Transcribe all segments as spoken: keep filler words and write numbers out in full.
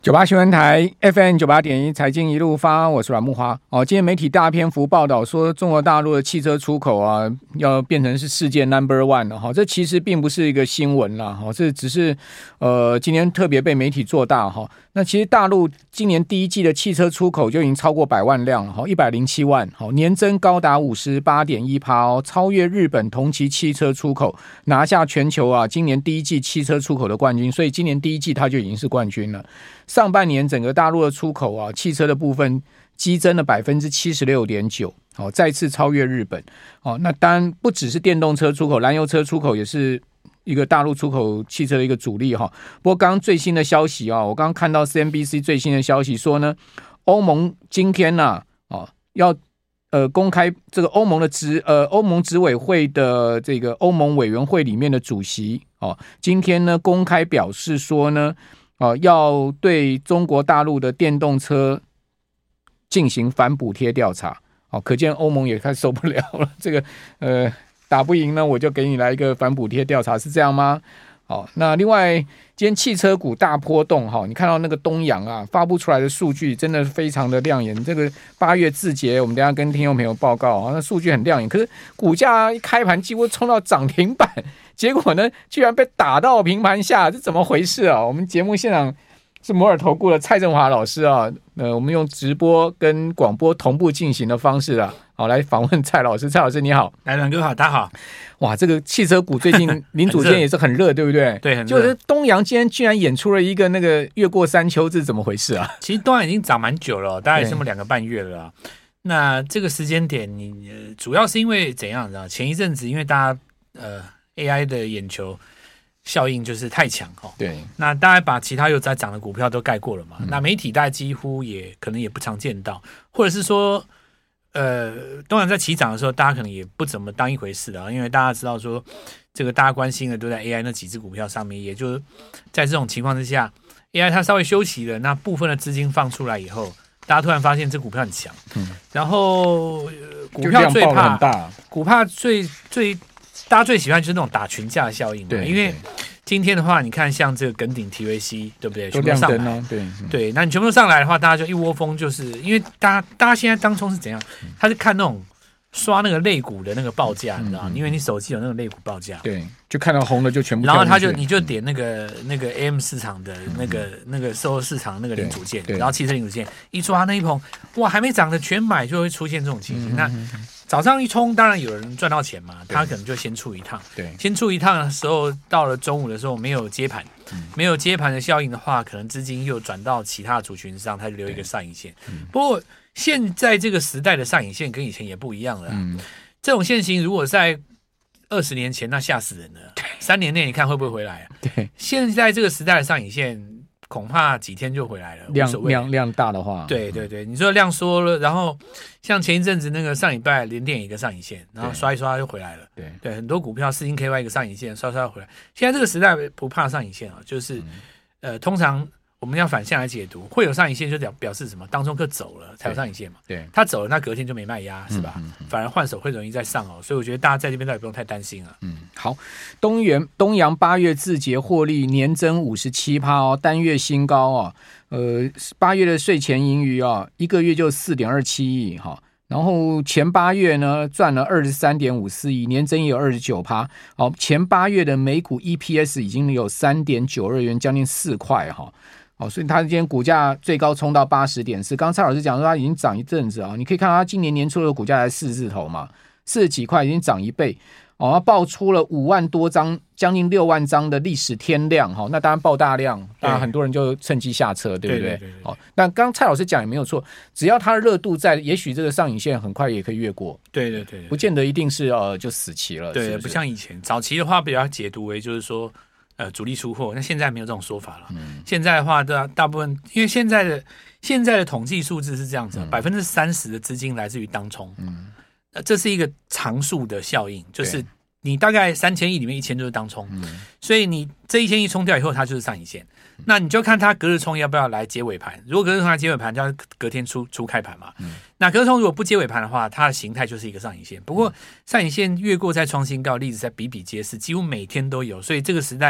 九八新闻台 F M 九八点一财经一路发，我是阮慕骅。哦，今天媒体大篇幅报道说，中国大陆的汽车出口啊，要变成是世界 number one 了哈。这其实并不是一个新闻啦，哈，这只是呃今天特别被媒体做大哈。那其实大陆今年第一季的汽车出口就已经超过百万辆了，哈，一百零七万，好，年增高达五十八点一趴哦，超越日本同期汽车出口，拿下全球啊今年第一季汽车出口的冠军，所以今年第一季它就已经是冠军了。上半年整个大陆的出口啊，汽车的部分激增了 百分之七十六点九， 好，再次超越日本。哦，那当然不只是电动车出口，燃油车出口也是一个大陆出口汽车的一个主力哈。不过刚刚最新的消息啊，我刚刚看到 C N B C 最新的消息说呢，欧盟今天呢、啊哦、要呃公开这个欧盟的执呃欧盟执委会的这个欧盟委员会里面的主席哦，今天呢公开表示说呢。哦，要对中国大陆的电动车进行反补贴调查，哦，可见欧盟也快受不了了。这个呃打不赢呢，我就给你来一个反补贴调查，是这样吗？好，那另外今天汽车股大波动哈，你看到那个东阳啊发布出来的数据真的非常的亮眼。这个八月自结，我们等一下跟听众朋友报告啊，那数据很亮眼，可是股价一开盘几乎冲到涨停板。结果呢，居然被打到平盘下，这怎么回事啊？我们节目现场是摩尔投顾的蔡正华老师啊，呃，我们用直播跟广播同步进行的方式啊，好来访问蔡老师。蔡老师你好， 来，阮哥好，大家好。 哇，这个汽车股最近林主间也是很热，对不对？ 对，很热。 就是东阳今天居然演出了一个那个越过山丘，这是怎么回事啊？ 其实东阳已经涨蛮久了，大概这么两个半月了啦。那这个时间点你，你、呃、主要是因为怎样？你知道，前一阵子因为大家呃。A I 的眼球效应就是太强哈， 对， 那大概把其他有在涨的股票都盖过了嘛，嗯、那媒体大概几乎也可能也不常见到，或者是说，呃，东阳在起涨的时候，大家可能也不怎么当一回事的，因为大家知道说，这个大家关心的都在 A I 那几只股票上面，也就是在这种情况之下 ，A I 它稍微休息了，那部分的资金放出来以后，大家突然发现这股票很强，嗯，然后、呃、股票最怕，股票最最。大家最喜欢就是那种打群架的效应嘛，因为今天的话，你看像这个耿鼎 T V C 对不对？全部都上来，哦、对、嗯、对，那你全部都上来的话，大家就一窝蜂，就是因为大家大家现在当冲是怎样？他是看那种刷那个类股的那个报价，嗯、你知道吗？因为你手机有那个类股报价， 对，就看到红的就全部， 然后他就你就点那个那个 A M 市场的那个、嗯、那个售后市场那个零组件，然后汽车零组件一抓那一棚，哇，还没涨的全买，就会出现这种情形。嗯、那早上一冲，当然有人赚到钱嘛，他可能就先出一趟。对，先出一趟的时候，到了中午的时候没有接盘，嗯、没有接盘的效应的话，可能资金又转到其他的族群上，它就留一个上影线。嗯、不过现在这个时代的上影线跟以前也不一样了、啊。嗯、这种现形如果在二十年前，那吓死人了。三年内你看会不会回来、啊？对，现在这个时代的上影线。恐怕几天就回来了， 量量量大的话， 对对对，你说量缩了，然后像前一阵子那个上礼拜联电一个上影线，然后刷一刷就回来了，对对，很多股票四星 K Y 一个上影线，刷刷回来。现在这个时代不怕上影线啊，就是、嗯、呃，通常我们要反向来解读，会有上影线就表表示什么？当中客走了才有上影线嘛，对，他走了，那隔天就没卖压，是吧？嗯嗯嗯、反而换手会容易再上哦，所以我觉得大家在这边倒也不用太担心啊。 嗯，好，东元东阳八月自结获利年增五十七趴哦，单月新高哦。呃，八月的税前盈余啊、哦，一个月就四点二七亿哈。然后前八月呢赚了二十三点五四亿，年增也有二十九趴。好，前八月的每股 E P S 已经有三点九二元，将近四块哈。哦，所以它今天股价最高冲到八十点四。刚刚蔡老师讲说它已经涨一阵子啊，你可以看到它今年年初的股价才四字头嘛，四十几块已经涨一倍。哦，它爆出了五万多张，将近六万张的历史天量哈、哦，那当然爆大量，当然很多人就趁机下车，对不对？对对对对哦，那刚刚蔡老师讲也没有错，只要它的热度在，也许这个上影线很快也可以越过。 对对 对, 对， 不见得一定是呃就死期了。 对， 是不是？ 不像以前早期的话，比较解读为就是说。呃，主力出货，那现在没有这种说法了。嗯、现在的话，大大部分因为现在的现在的统计数字是这样子，百分之三十的资金来自于当冲，嗯，呃，这是一个常数的效应，就是你大概三千亿里面一千就是当冲，嗯、所以你这一千亿冲掉以后，它就是上影线。嗯、那你就看它隔日冲要不要来接尾盘。如果隔日冲来接尾盘，就要隔天出出开盘嘛。嗯、那隔日冲如果不接尾盘的话，它的形态就是一个上影线。不过上影线越过再创新高，例子在比比皆是，几乎每天都有。所以这个时代，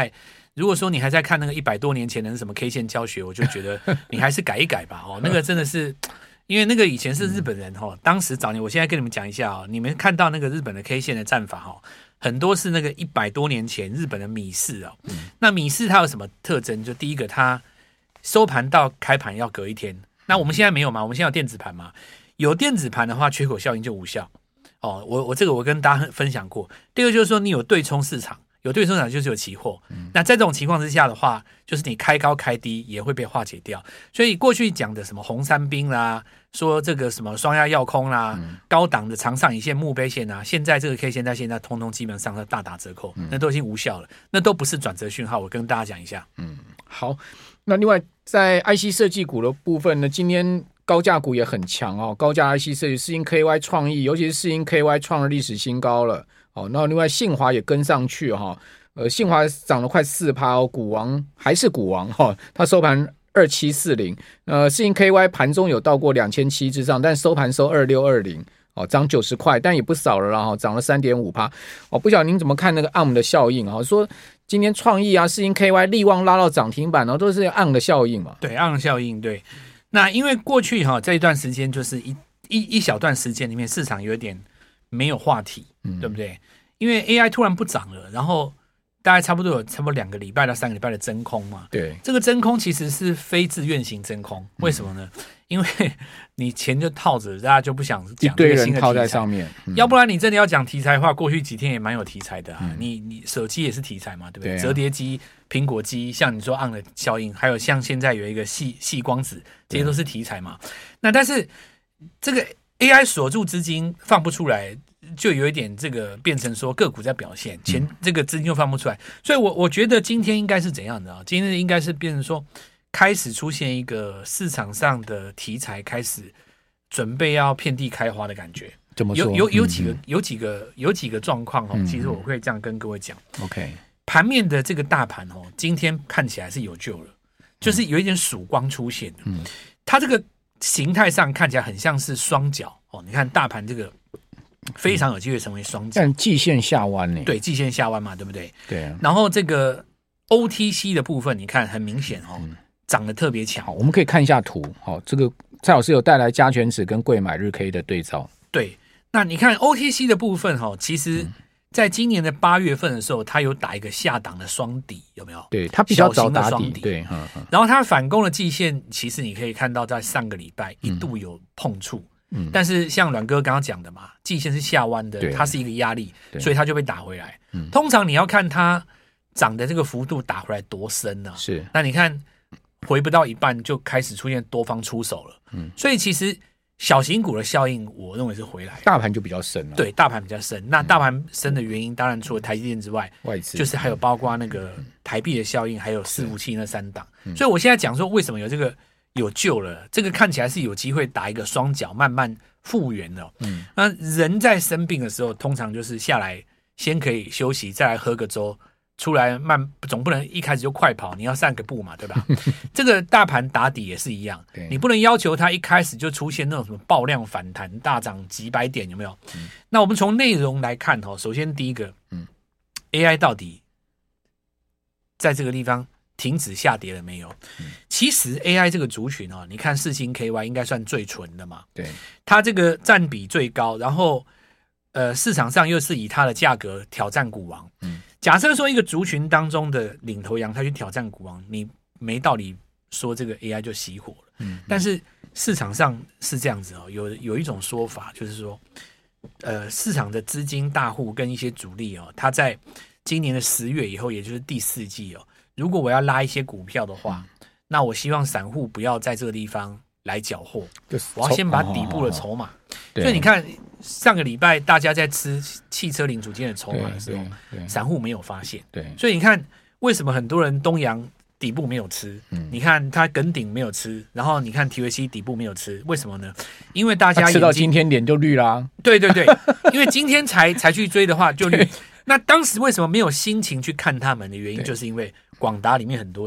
如果说你还在看那个一百多年前的什么 K 线教学，我就觉得你还是改一改吧。哦，那个真的是，因为那个以前是日本人哦，当时早年，我现在跟你们讲一下哦，你们看到那个日本的 K 线的战法哦，很多是那个一百多年前日本的米市哦。那米市它有什么特征？就第一个，它收盘到开盘要隔一天。那我们现在没有嘛？我们现在有电子盘嘛？有电子盘的话，缺口效应就无效。哦，我我这个我跟大家分享过。第二个就是说，你有对冲市场，有对冲市场就是有期货。嗯、那在这种情况之下的话，就是你开高开低也会被化解掉。所以过去讲的什么红三兵啦，说这个什么双压要空啦，嗯、高档的长上影线、墓碑线啊，现在这个 K 线在现在通通基本上是大打折扣，嗯、那都已经无效了，那都不是转折讯号。我跟大家讲一下。 嗯，好。那另外在 I C 设计股的部分呢，今天高价股也很强哦，高价 I C 设计，世芯 K Y 创意，尤其是世芯 K Y 创了历史新高了。哦，那另外信华也跟上去哈、哦，呃，信华涨了快 百分之四 哦，股王还是股王哈、哦，它收盘二七四零，呃，世芯 K Y 盘中有到过两千七百之上，但收盘收二六二零。哦，涨九十块，但也不少了啦，哈，涨了 百分之三点五。哦，不晓得您怎么看那个 A R M 的效应啊？说今天创意啊、世芯 K Y、力旺拉到涨停板，然后都是 A R M 的效应嘛？ 对 ，A R M 效应，对。那因为过去哈、哦、这一段时间就是一一一小段时间里面，市场有点没有话题，嗯、对不对？因为 A I 突然不涨了，然后大概差不多有差不多两个礼拜到三个礼拜的真空嘛。 对， 这个真空其实是非自愿型真空，为什么呢？嗯、因为你钱就套着，大家就不想讲一堆人套在上面， 嗯、要不然你真的要讲题材的话，过去几天也蛮有题材的啊。嗯、你你手机也是题材嘛，对不对？对啊、折叠机、苹果机，像你说 A R M 的效应，还有像现在有一个细细光子，这些都是题材嘛。那但是这个 A I 锁住资金放不出来，就有一点这个变成说个股在表现，钱这个资金就放不出来。所以我我觉得今天应该是怎样的啊？今天应该是变成说，开始出现一个市场上的题材开始准备要遍地开花的感觉。 怎么说？ 有有有几个、嗯、有几个有几个状况哦，其实我会这样跟各位讲。 OK， 盘面的这个大盘哦，今天看起来是有救了，就是有一点曙光出现了。嗯，它这个形态上看起来很像是双脚哦。你看大盘这个非常有机会成为双脚， 但季线下弯呢？ 对，季线下弯嘛，对不对？ 对啊。 然后这个 O T C 的部分，你看很明显哦。嗯，涨得特别强。 好，我们可以看一下图。好，这个蔡老师有带来加权指跟柜买日 K 的对照。 对，那你看 O T C 的部分哈，其实在今年的八月份的时候，它有打一个下档的双底，有没有？ 对，它比较早打底。对，嗯嗯。 然后它反攻的季线，其实你可以看到，在上个礼拜一度有碰触。嗯，但是像阮哥刚刚讲的嘛，季线是下弯的，它是一个压力，所以它就被打回来。嗯，通常你要看它涨的这个幅度打回来多深呢、啊？ 是。那你看。回不到一半就开始出现多方出手了，嗯，所以其实小型股的效应，我认为是回来， 大盘就比较深了。 对，大盘比较深。那大盘深的原因，当然除了台积电之外， 外资就是还有包括那个台币的效应，还有伺服器那三档。所以我现在讲说，为什么有这个有救了？这个看起来是有机会打一个双脚，慢慢复原了。嗯，那人在生病的时候，通常就是下来先可以休息，再来喝个粥。出来慢，总不能一开始就快跑，你要散个步嘛，对吧？这个大盘打底也是一样，你不能要求它一开始就出现那种什么爆量反弹、大涨几百点，有没有？嗯、那我们从内容来看哈，首先第一个，嗯 ，A I 到底在这个地方停止下跌了没有？嗯、其实 A I 这个族群哦，你看世芯 K Y 应该算最纯的嘛， 对， 它这个占比最高，然后呃市场上又是以它的价格挑战股王，嗯。假设说一个族群当中的领头羊，他去挑战股王，你没道理说这个 A I 就熄火了。嗯，但是市场上是这样子哦，有有一种说法就是说，呃，市场的资金大户跟一些主力哦，他在今年的十月以后，也就是第四季哦，如果我要拉一些股票的话，嗯、那我希望散户不要在这个地方来缴获，我要先把底部的筹码。所以你看，上个礼拜大家在吃汽车零组件的筹码的时候，散户没有发现。 对， 所以你看，为什么很多人东阳底部没有吃？嗯、你看他耿鼎没有吃，然后你看 T V C 底部没有吃，为什么呢？因为大家吃到今天脸就绿啦。 对对对，因为今天才才去追的话就绿。那当时为什么没有心情去看他们的原因，就是因为广达里面很多人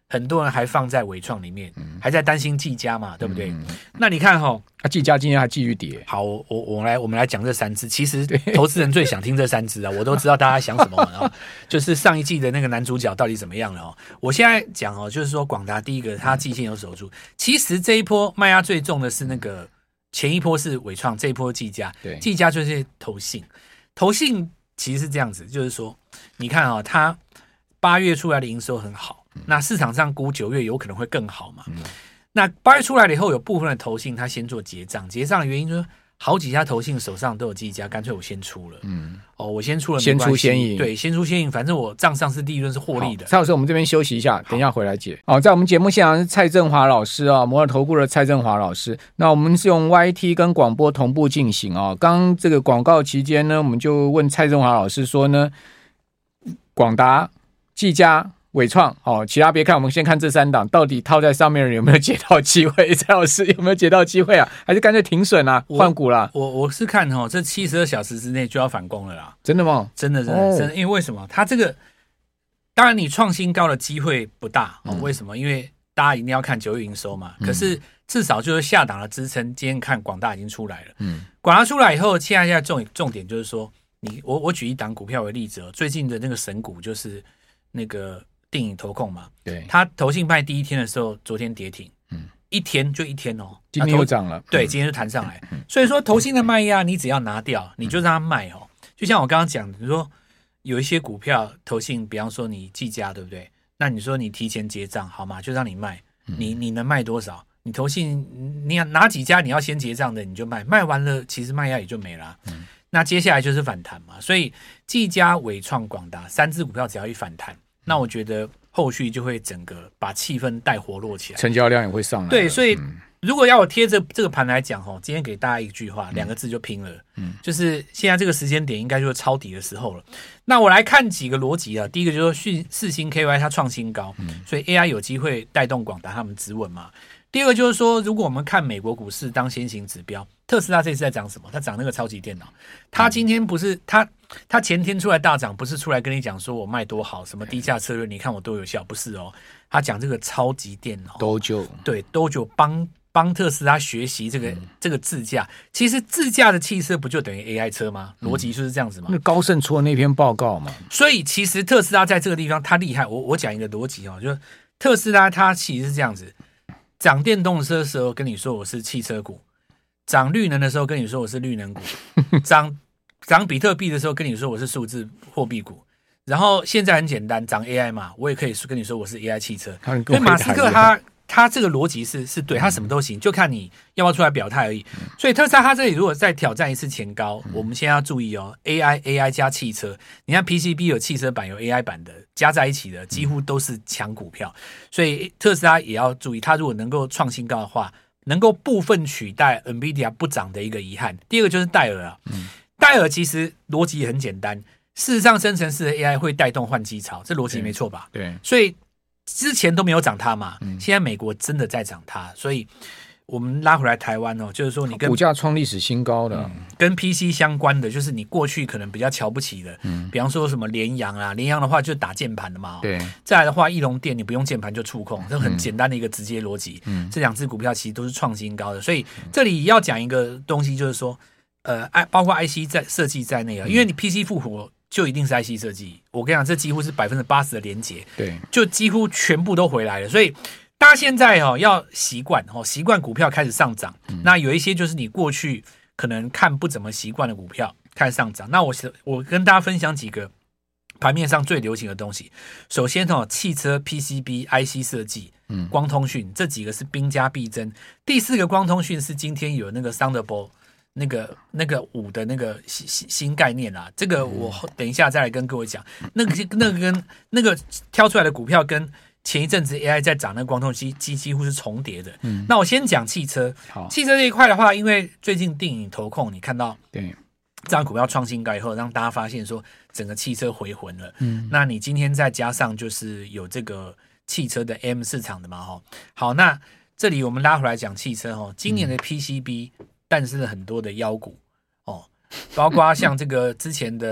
很多人还放在伟创里面，嗯、还在担心技嘉嘛，对不对？嗯、那你看哈、哦， 啊，技嘉今天还继续跌。 好，我我我们来我们来讲这三只。其实投资人最想听这三只啊，我都知道大家想什么啊。就是上一季的那个男主角到底怎么样了哦？我现在讲哦，就是说广达第一个，它季线有守住。其实这一波卖压最重的是那个前一波是伟创，这一波技嘉， 对， 技嘉就是投信，投信其实是这样子，就是说，你看啊、哦，它八月出来的营收很好。那市场上估九月有可能会更好嘛？嗯、那八月出来了以后，有部分的投信他先做结账，结账的原因就是好几家投信手上都有技嘉，干脆我先出了。嗯，哦，我先出了， 先出先赢， 对，先出先赢，反正我账上是利润是获利的。 蔡老师，我们这边休息一下，等一下回来解。哦，在我们节目现场是蔡正华老师啊，摩尔投顾的蔡正华老师。那我们是用 Y T 跟广播同步进行啊。刚刚这个广告期间呢，我们就问蔡正华老师说呢，广达、技嘉、伟创哦，其他别看，我们先看这三档到底套在上面的人有没有解到机会？蔡老师有没有解到机会啊？还是干脆停损啊，换股啦？ 我我是看哦，这七十二小时之内就要反攻了啦！ 真的吗？ 真的真的、哦、真的，因为为什么？它这个当然你创新高的机会不大哦，嗯、为什么？因为大家一定要看九月营收嘛。嗯、可是至少就是下档的支撑，今天看广大已经出来了。嗯，广大出来以后，现在现在重重点就是说，你我我举一档股票为例子哦，最近的那个神股就是那个。定影投控嘛， 对， 他投信派第一天的时候，昨天跌停，嗯，一天就一天哦， 今天又涨了， 对，今天就弹上来，嗯、所以说投信的卖压你只要拿掉，你就让它卖哦。就像我刚刚讲的，你说有一些股票投信，比方说你技嘉，对不对？那你说你提前结账好吗？就让你卖，你你能卖多少？你投信你哪几家你要先结账的，你就卖，卖完了其实卖压也就没了。嗯、那接下来就是反弹嘛，所以技嘉、伟创、广达三只股票只要一反弹。那我觉得后续就会整个把气氛带活络起来， 成交量也会上来。 对，所以如果要我贴着这个盘来讲，今天给大家一句话，两个字就拼了，嗯，就是现在这个时间点应该就是抄底的时候了。那我来看几个逻辑啊，第一个就是说世芯 K Y 它创新高，所以 A I 有机会带动广达他们止稳嘛。第二个就是说，如果我们看美国股市当先行指标，特斯拉这次在涨什么？它涨那个超级电脑。它今天不是它，它前天出来大涨，不是出来跟你讲说我卖多好，什么低价策略，你看我多有效，不是哦。它讲这个超级电脑 ，Dojo 对 Dojo 帮帮特斯拉学习这个、嗯、这个自驾。其实自驾的汽车不就等于 A I 车吗？逻辑就是这样子嘛。 那高盛出的那篇报告嘛。 所以其实特斯拉在这个地方它厉害。我我讲一个逻辑哦，就是特斯拉它其实是这样子。涨电动车的时候跟你说我是汽车股，涨绿能的时候跟你说我是绿能股，涨涨比特币的时候跟你说我是数字货币股，然后现在很简单，涨 A I 嘛，我也可以跟你说我是 A I 汽车。所以马斯克他他这个逻辑是是对，他什么都行，就看你要不要出来表态而已。所以特斯拉他这里如果再挑战一次前高，我们现在要注意哦 ，A I A I 加汽车，你看 P C B 有汽车版有 A I 版的。加在一起的几乎都是强股票，所以特斯拉也要注意，它如果能够创新高的话，能够部分取代 NVIDIA 不涨的一个遗憾。第二个就是戴尔啊，嗯、戴尔其实逻辑也很简单，事实上生成式的 A I 会带动换机潮，这逻辑没错吧？ 对， 所以之前都没有涨它嘛，嗯、现在美国真的在涨它，所以我们拉回来台湾哦，就是说你跟股价创历史新高的、 嗯，跟 P C 相关的，就是你过去可能比较瞧不起的，嗯，比方说什么联阳啊，联阳的话就打键盘的嘛， 对。 再来的话，义隆电你不用键盘就触控，这很简单的一个直接逻辑。嗯，这两只股票其实都是创新高的，所以这里要讲一个东西，就是说，呃，包括 I C 在设计在内啊，因为你 P C 复活就一定是 I C 设计，我跟你讲，这几乎是百分之八十的连结， 对， 就几乎全部都回来了，所以。大家现在哦要习惯哦，习惯股票开始上涨。嗯、那有一些就是你过去可能看不怎么习惯的股票开始上涨。那我我跟大家分享几个盘面上最流行的东西。首先哦，汽车 P C B、I C 设计、嗯、光通讯这几个是兵家必争。第四个光通讯是今天有那个 Thunderbolt 那个那个五的那个新新概念啦。这个我等一下再来跟各位讲。那个那个跟那个挑出来的股票跟前一阵子 A I 在涨，那个光通机机几乎是重叠的。嗯，那我先讲汽车。好，汽车这一块的话，因为最近电影投控，你看到对这张股票创新高以后，让大家发现说整个汽车回魂了。嗯，那你今天再加上就是有这个汽车的 M 市场的嘛，哈。好，那这里我们拉回来讲汽车哈，今年的 P C B 诞生了很多的妖股哦，包括像这个之前的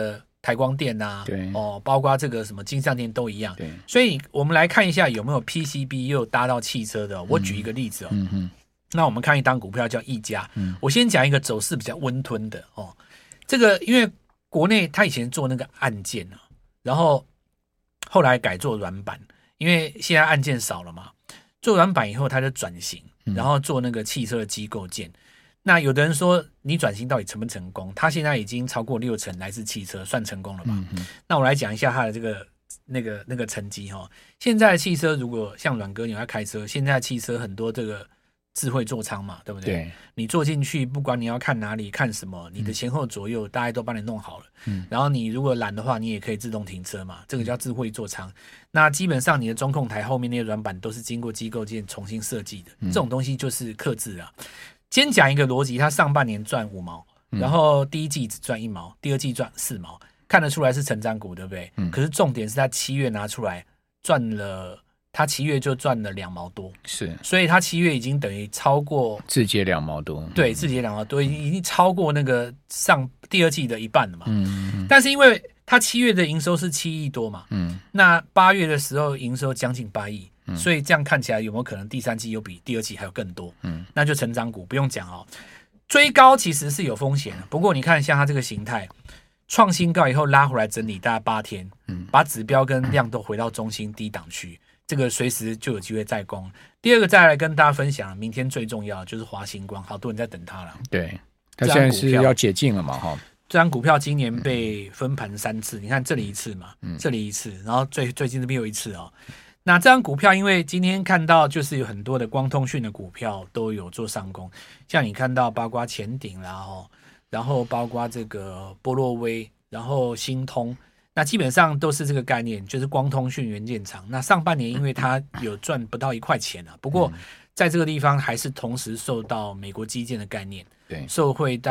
台光电啊， 对哦，包括这个什么金像电都一样。 对， 所以我们来看一下有没有 P C B 又搭到汽车的、哦。我举一个例子哦， 嗯哼， 那我们看一档股票叫亿嘉、 嗯， 我先讲一个走势比较温吞的哦。这个因为国内他以前做那个按键啊，然后后来改做软板，因为现在按键少了嘛，做软板以后他就转型，然后做那个汽车的机构件。那有的人说你转型到底成不成功？他现在已经超过六成来自汽车，算成功了吧？ 嗯、 那我来讲一下他的这个那个那个成绩哈。现在的汽车如果像阮哥你要开车，现在的汽车很多这个智慧座舱嘛，对不对？ 对， 你坐进去，不管你要看哪里看什么，你的前后左右大家都帮你弄好了。 嗯，然后你如果懒的话，你也可以自动停车嘛，这个叫智慧座舱。那基本上你的中控台后面那些软板都是经过机构件重新设计的， 嗯、 这种东西就是客制啊。先讲一个逻辑，它上半年赚五毛，然后第一季只赚一毛，第二季赚四毛，看得出来是成长股，对不对？ 嗯、 可是重点是它七月拿出来赚了，它七月就赚了两毛多， 是， 所以它七月已经等于超过自节两毛多， 对，自节两毛多，已经已经超过那个上第二季的一半了嘛。 嗯嗯， 但是因为它七月的营收是七亿多嘛， 嗯， 那八月的时候营收将近八亿。 嗯、 所以这样看起来有没有可能第三季又比第二季还有更多？ 嗯， 那就成长股不用讲哦。追高其实是有风险的，不过你看像它这个形态，创新高以后拉回来整理大概八天， 嗯， 把指标跟量都回到中心低档区，这个随时就有机会再攻。第二个再来跟大家分享，明天最重要的就是华星光，好多人在等它了。 对，它现在是要解禁了嘛？哈， 这张股票今年被分盘三次，你看这里一次嘛，嗯、这里一次，然后最最近这边有一次哦。那这张股票，因为今天看到就是有很多的光通讯的股票都有做上攻，像你看到包括前鼎啦哦，然后包括这个波洛威，然后新通，那基本上都是这个概念，就是光通讯元件厂。那上半年因为它有赚不到一块钱啊，不过在这个地方还是同时受到美国基建的概念， 对，受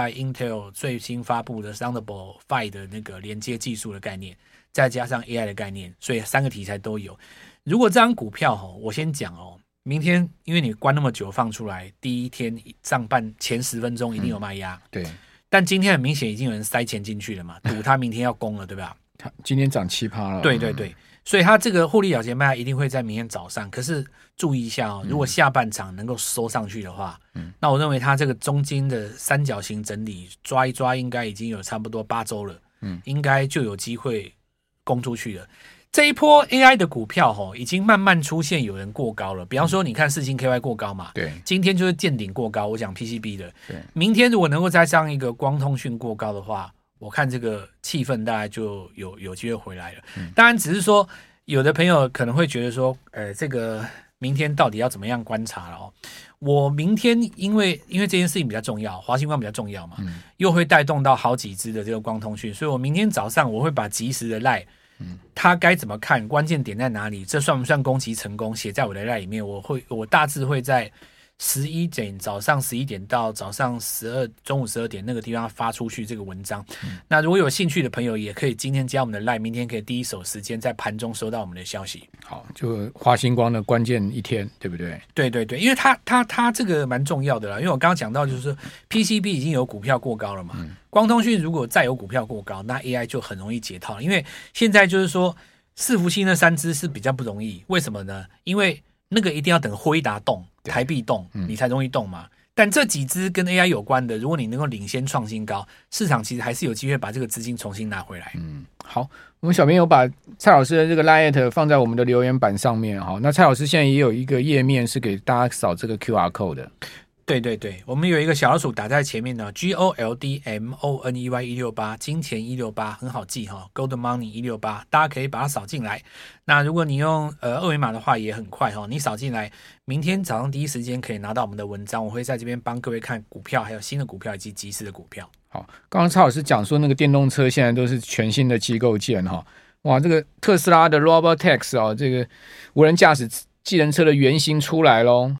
对。 但今天很明显已经有人塞钱进去了嘛，赌他明天要攻了，对吧？ 他今天涨七趴了， 对对对，所以他这个获利了结卖压一定会在明天早上。可是注意一下哦，如果下半场能够收上去的话，嗯，那我认为他这个中间的三角形整理抓一抓，应该已经有差不多八周了，嗯，应该就有机会攻出去了。这一波 A I 的股票吼，已经慢慢出现有人过高了。比方说，你看世芯 K Y 过高嘛， 对， 今天就是见顶过高。我讲 P C B 的， 对， 明天如果能够再上一个光通讯过高的话，我看这个气氛大概就有有机会回来了。嗯、当然，只是说有的朋友可能会觉得说，呃，这个明天到底要怎么样观察了哦？我明天因为因为这件事情比较重要，华星光比较重要嘛，嗯、又会带动到好几支的这个光通讯，所以我明天早上我会把即时的 LINE。嗯，他该怎么看？关键点在哪里？这算不算攻击成功？写在我的 LINE 里面，我会我大致会在十一点早上十一点到早上十二中午十二点那个地方发出去这个文章。嗯、那如果有兴趣的朋友，也可以今天加我们的 LINE， 明天可以第一手时间在盘中收到我们的消息。 好，就华星光的关键一天，对不对？ 对对对，因为它它它这个蛮重要的啦，因为我刚刚讲到就是说 P C B 已经有股票过高了嘛。嗯，光通讯如果再有股票过高，那 A I 就很容易解套，因为现在就是说伺服器那三支是比较不容易，为什么呢？因为那个一定要等辉达动、台币动，你才容易动嘛。但这几支跟 A I 有关的，如果你能够领先创新高，市场其实还是有机会把这个资金重新拿回来。 嗯，好，我们小编有把蔡老师的这个 LINE 放在我们的留言板上面哈。那蔡老师现在也有一个页面是给大家扫这个 Q R code 的。 对对对，我们有一个小老鼠打在前面呢 ，G O L D M O N E Y 一六八，金钱一六八，很好记哈 ，Gold Money 一六八，大家可以把它扫进来。那如果你用呃二维码的话也很快哈，你扫进来，明天早上第一时间可以拿到我们的文章，我会在这边帮各位看股票，还有新的股票以及即时的股票。 好，刚刚蔡老师讲说那个电动车现在都是全新的机构件哈，哇，这个特斯拉的 Robotaxi 哦，这个无人驾驶计程车的原型出来咯。